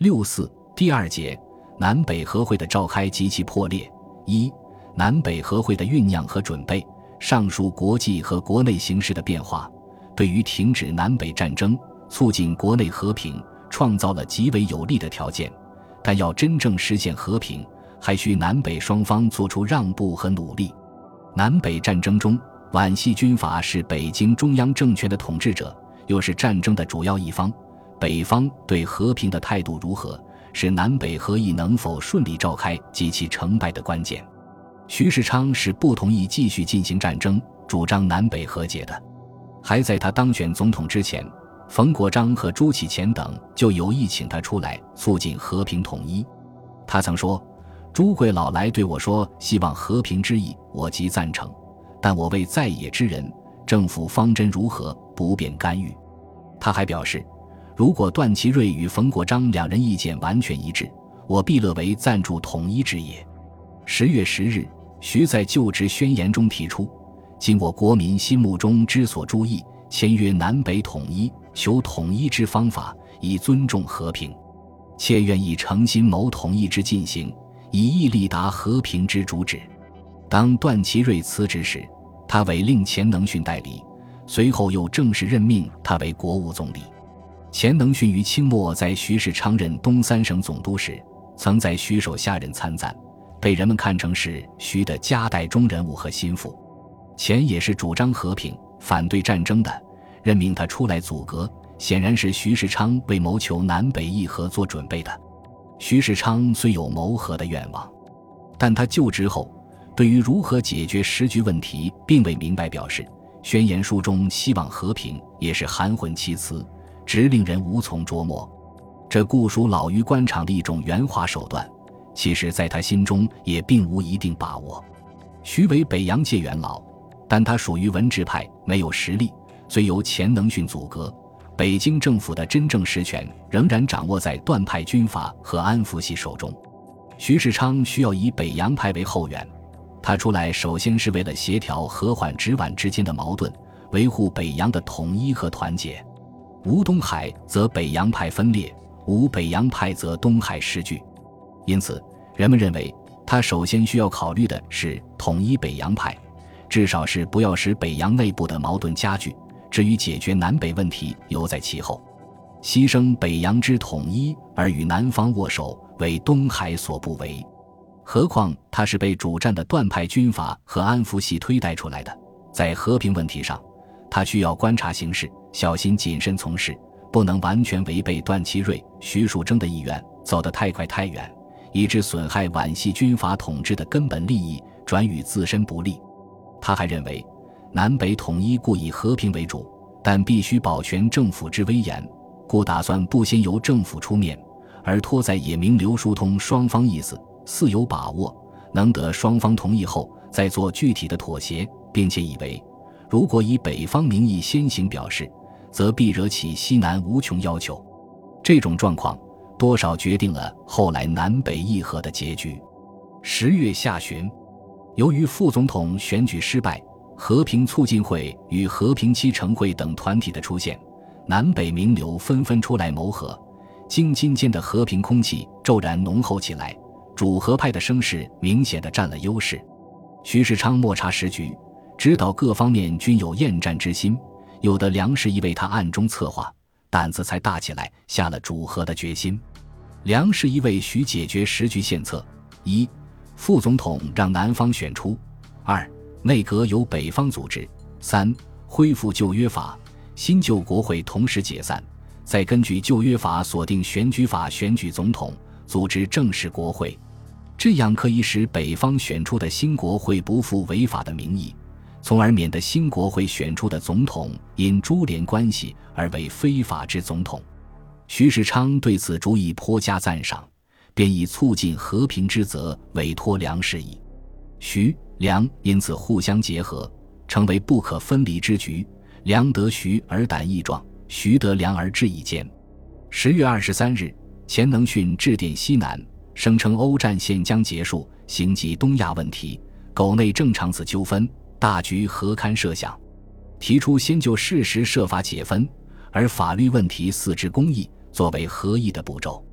64第二节，南北和会的召开及其破裂。一、南北和会的酝酿和准备。上述国际和国内形势的变化，对于停止南北战争、促进国内和平创造了极为有利的条件，但要真正实现和平，还需南北双方做出让步和努力。南北战争中，皖系军阀是北京中央政权的统治者，又是战争的主要一方，北方对和平的态度如何，是南北和议能否顺利召开及其成败的关键。徐世昌是不同意继续进行战争，主张南北和解的。还在他当选总统之前，冯国璋和朱启潜等就有意请他出来促进和平统一。他曾说，朱贵老来对我说希望和平之意，我极赞成，但我为在野之人，政府方针如何，不便干预。他还表示，如果段祺瑞与冯国璋两人意见完全一致，我必乐为赞助统一之也。10月10日，徐在就职宣言中提出，今我国民心目中之所注意，签约南北统一，求统一之方法，以尊重和平，切愿以诚心谋统一之进行，以义力达和平之主旨。当段祺瑞辞职时，他委令钱能训代理，随后又正式任命他为国务总理。钱能训于清末在徐世昌任东三省总督时，曾在徐手下任参赞，被人们看成是徐的夹带中人物和心腹。钱也是主张和平、反对战争的，任命他出来阻隔，显然是徐世昌为谋求南北议和做准备的。徐世昌虽有谋和的愿望，但他就职后对于如何解决时局问题并未明白表示，宣言书中希望和平也是含混其辞，直令人无从琢磨。这固属老于官场的一种圆滑手段，其实在他心中也并无一定把握。徐为北洋界元老，但他属于文治派，没有实力，虽由钱能训阻隔，北京政府的真正实权仍然掌握在段派军阀和安福系手中。徐世昌需要以北洋派为后援，他出来首先是为了协调和缓直皖之间的矛盾，维护北洋的统一和团结。无东海则北洋派分裂，无北洋派则东海失据。因此人们认为他首先需要考虑的是统一北洋派，至少是不要使北洋内部的矛盾加剧，至于解决南北问题犹在其后。牺牲北洋之统一而与南方握手，为东海所不为。何况他是被主战的段派军阀和安福系推带出来的，在和平问题上，他需要观察形势，小心谨慎从事，不能完全违背段祺瑞、徐树铮的意愿，走得太快太远，以致损害皖系军阀统治的根本利益，转与自身不利。他还认为，南北统一故以和平为主，但必须保全政府之威严，故打算不先由政府出面，而托在野明刘疏通双方意思，似有把握，能得双方同意后再做具体的妥协，并且以为如果以北方名义先行表示，则必惹起西南无穷要求。这种状况多少决定了后来南北议和的结局。10月下旬，由于副总统选举失败，和平促进会与和平期成会等团体的出现，南北名流纷纷出来谋和，京津间的和平空气骤然浓厚起来，主和派的声势明显地占了优势。徐世昌默察时局，知道各方面均有厌战之心，有的梁士仪为他暗中策划，胆子才大起来，下了主和的决心。梁士仪为徐解决时局献策：一、副总统让南方选出；二、内阁由北方组织；三、恢复旧约法，新旧国会同时解散，再根据旧约法锁定选举法选举总统，组织正式国会，这样可以使北方选出的新国会不负违法的名义，从而免得新国会选出的总统因株连关系而为非法之总统。徐世昌对此主意颇加赞赏，便以促进和平之责委托梁士仪。徐、梁因此互相结合，成为不可分离之局，梁得徐而胆易壮，徐得梁而志易坚。10月23日，钱能训致电西南，声称欧战现将结束，行及东亚问题，苟内正常此纠纷，大局何堪设想，提出先就事实设法解分，而法律问题四之公义作为合议的步骤。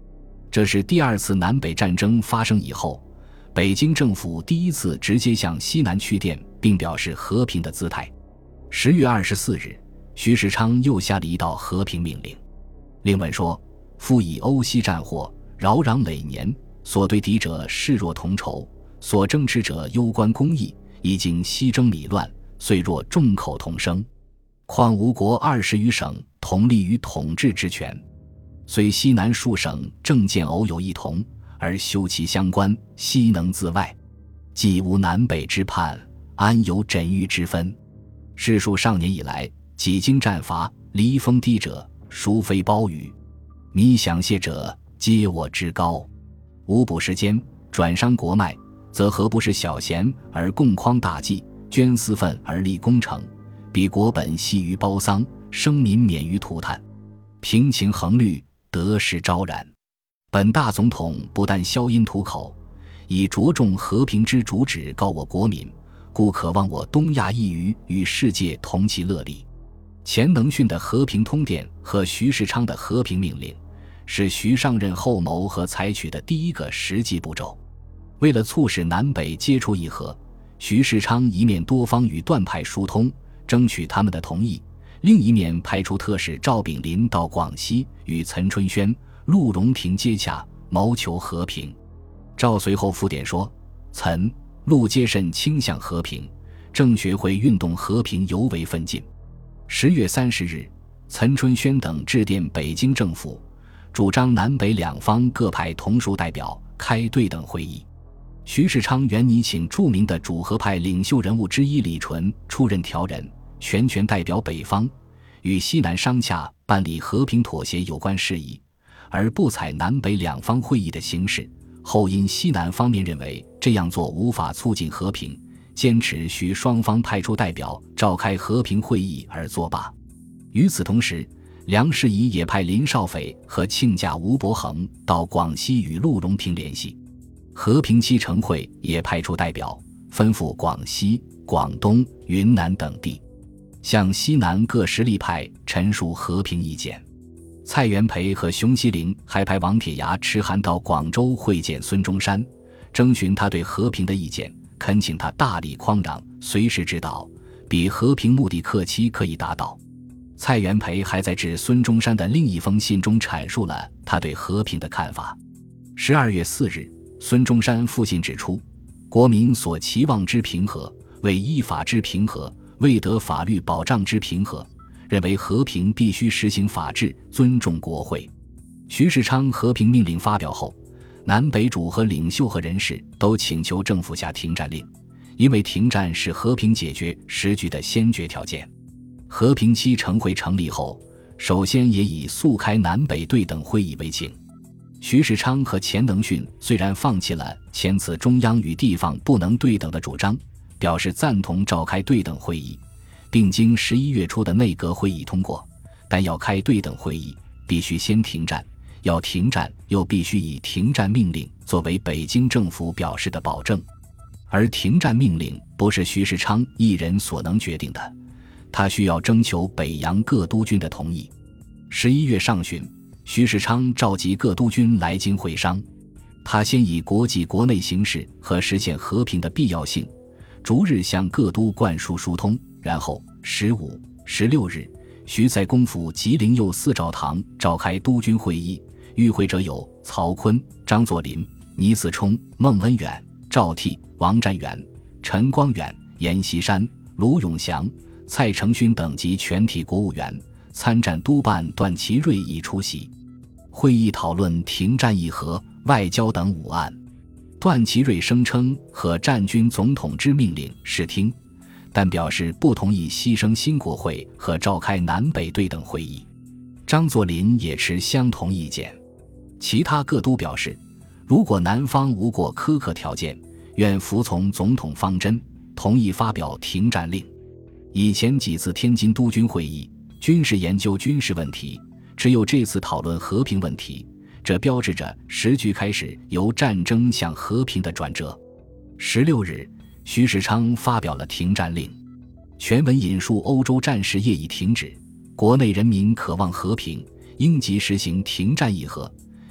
这是第二次南北战争发生以后，北京政府第一次直接向西南去电并表示和平的姿态。10月24日，徐世昌又下了一道和平命令。令文说：夫以欧西战祸扰攘累年，所对敌者视若同仇，所争持者攸关公义，已经西征米乱，遂若众口同声。况吴国20余省同立于统治之权，虽西南数省政见偶有异同，而休其相关，悉能自外。既无南北之叛，安有枕域之分？世数上年以来，几经战伐，离峰低者，孰非暴雨？弥享谢者，皆我之高。无补时间，转伤国脉，则何不是小贤而共匡大计，捐私愤而立功成？彼国本系于包丧，生民免于涂炭。平情衡虑，得失昭然。本大总统不但消音吐口，以着重和平之主旨告我国民，故渴望我东亚一隅与世界同其乐利。钱能训的和平通电和徐世昌的和平命令，是徐上任后谋和采取的第一个实际步骤。为了促使南北接触议和，徐世昌一面多方与段派疏通，争取他们的同意，另一面派出特使赵炳麟到广西与岑春轩、陆荣廷接洽，谋求和平。赵随后复电说：岑、陆皆甚倾向和平，正学会运动和平尤为奋进。10月30日，岑春轩等致电北京政府，主张南北两方各派同属代表开对等会议。徐世昌原拟请著名的主和派领袖人物之一李纯出任调人，全权代表北方，与西南商洽办理和平妥协有关事宜，而不采南北两方会议的形式。后因西南方面认为这样做无法促进和平，坚持需双方派出代表召开和平会议而作罢。与此同时，梁士仪也派林少斐和亲家吴伯衡到广西与陆荣廷联系。和平期成会也派出代表，吩咐广西、广东、云南等地，向西南各实力派陈述和平意见。蔡元培和熊希龄还派王铁牙持函到广州会见孙中山，征询他对和平的意见，恳请他大力匡攘，随时指导，比和平目的克期可以达到。蔡元培还在致孙中山的另一封信中阐述了他对和平的看法。12月4日，孙中山复信指出，国民所期望之平和，为依法之平和，未得法律保障之平和，认为和平必须实行法治，尊重国会。徐世昌和平命令发表后，南北主和领袖和人士都请求政府下停战令，因为停战是和平解决时局的先决条件。和平期成会成立后，首先也以速开南北对等会议为请。徐世昌和钱能训虽然放弃了前次中央与地方不能对等的主张，表示赞同召开对等会议，并经11月初的内阁会议通过，但要开对等会议，必须先停战，要停战又必须以停战命令作为北京政府表示的保证。而停战命令不是徐世昌一人所能决定的，他需要征求北洋各督军的同意。11月上旬，徐世昌召集各督军来京会商，他先以国际国内形势和实现和平的必要性，逐日向各督灌输疏通，然后15、16日，徐在公府吉林右四照堂召开督军会议，与会者有曹锟、张作霖、倪嗣冲、孟恩远、赵倜、王占元、陈光远、阎锡山、卢永祥、蔡成勋等及全体国务员，参战督办段祺瑞亦出席。会议讨论停战议和、外交等5案。段祺瑞声称和战军总统之命令视听，但表示不同意牺牲新国会和召开南北对等会议。张作霖也持相同意见。其他各都表示，如果南方无过苛刻条件，愿服从总统方针，同意发表停战令。以前几次天津督军会议均是研究军事问题，只有这次讨论和平问题，这标志着时局开始由战争向和平的转折。16日，徐世昌发表了停战令，全文引述欧洲战事业已停止，国内人民渴望和平，应即实行停战议和，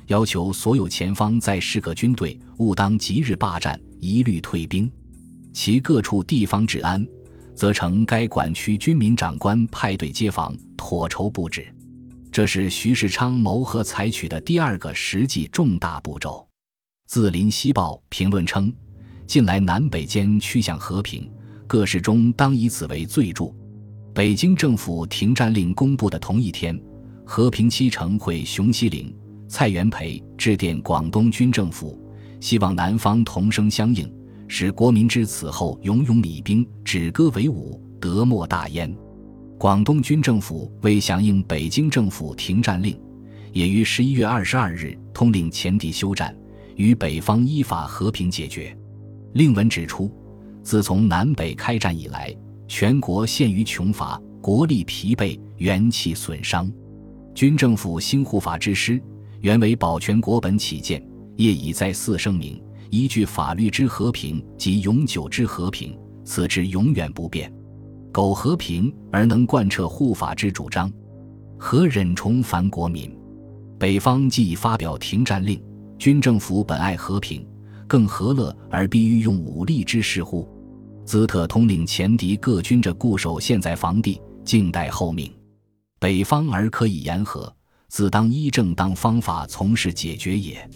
要求所有前方在适可军队勿当即日罢战，一律退兵。其各处地方治安，则成该管区军民长官派队接防，妥筹布置。这是徐世昌谋和采取的第二个实际重大步骤。自林西报评论称，近来南北间趋向和平，各事中当以此为最著。北京政府停战令公布的同一天，和平期城会熊希龄、蔡元培致电广东军政府，希望南方同声相应，使国民之此后勇勇礼兵，止戈为武，德莫大焉。广东军政府为响应北京政府停战令，也于11月22日通令前敌休战，与北方依法和平解决。令文指出，自从南北开战以来，全国陷于穷乏，国力疲惫，元气损伤。军政府兴护法之师，原为保全国本起见，业已再四声明，依据法律之和平及永久之和平，此之永远不变。苟和平而能贯彻护法之主张，何忍重烦国民？北方既已发表停战令，军政府本爱和平，更何乐而必欲用武力之事乎？兹特通令前敌各军着固守现在防地，静待后命。北方而可以言和，自当依正当方法从事解决也。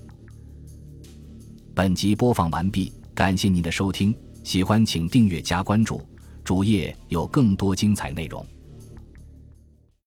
本集播放完毕，感谢您的收听，喜欢请订阅加关注，主页有更多精彩内容。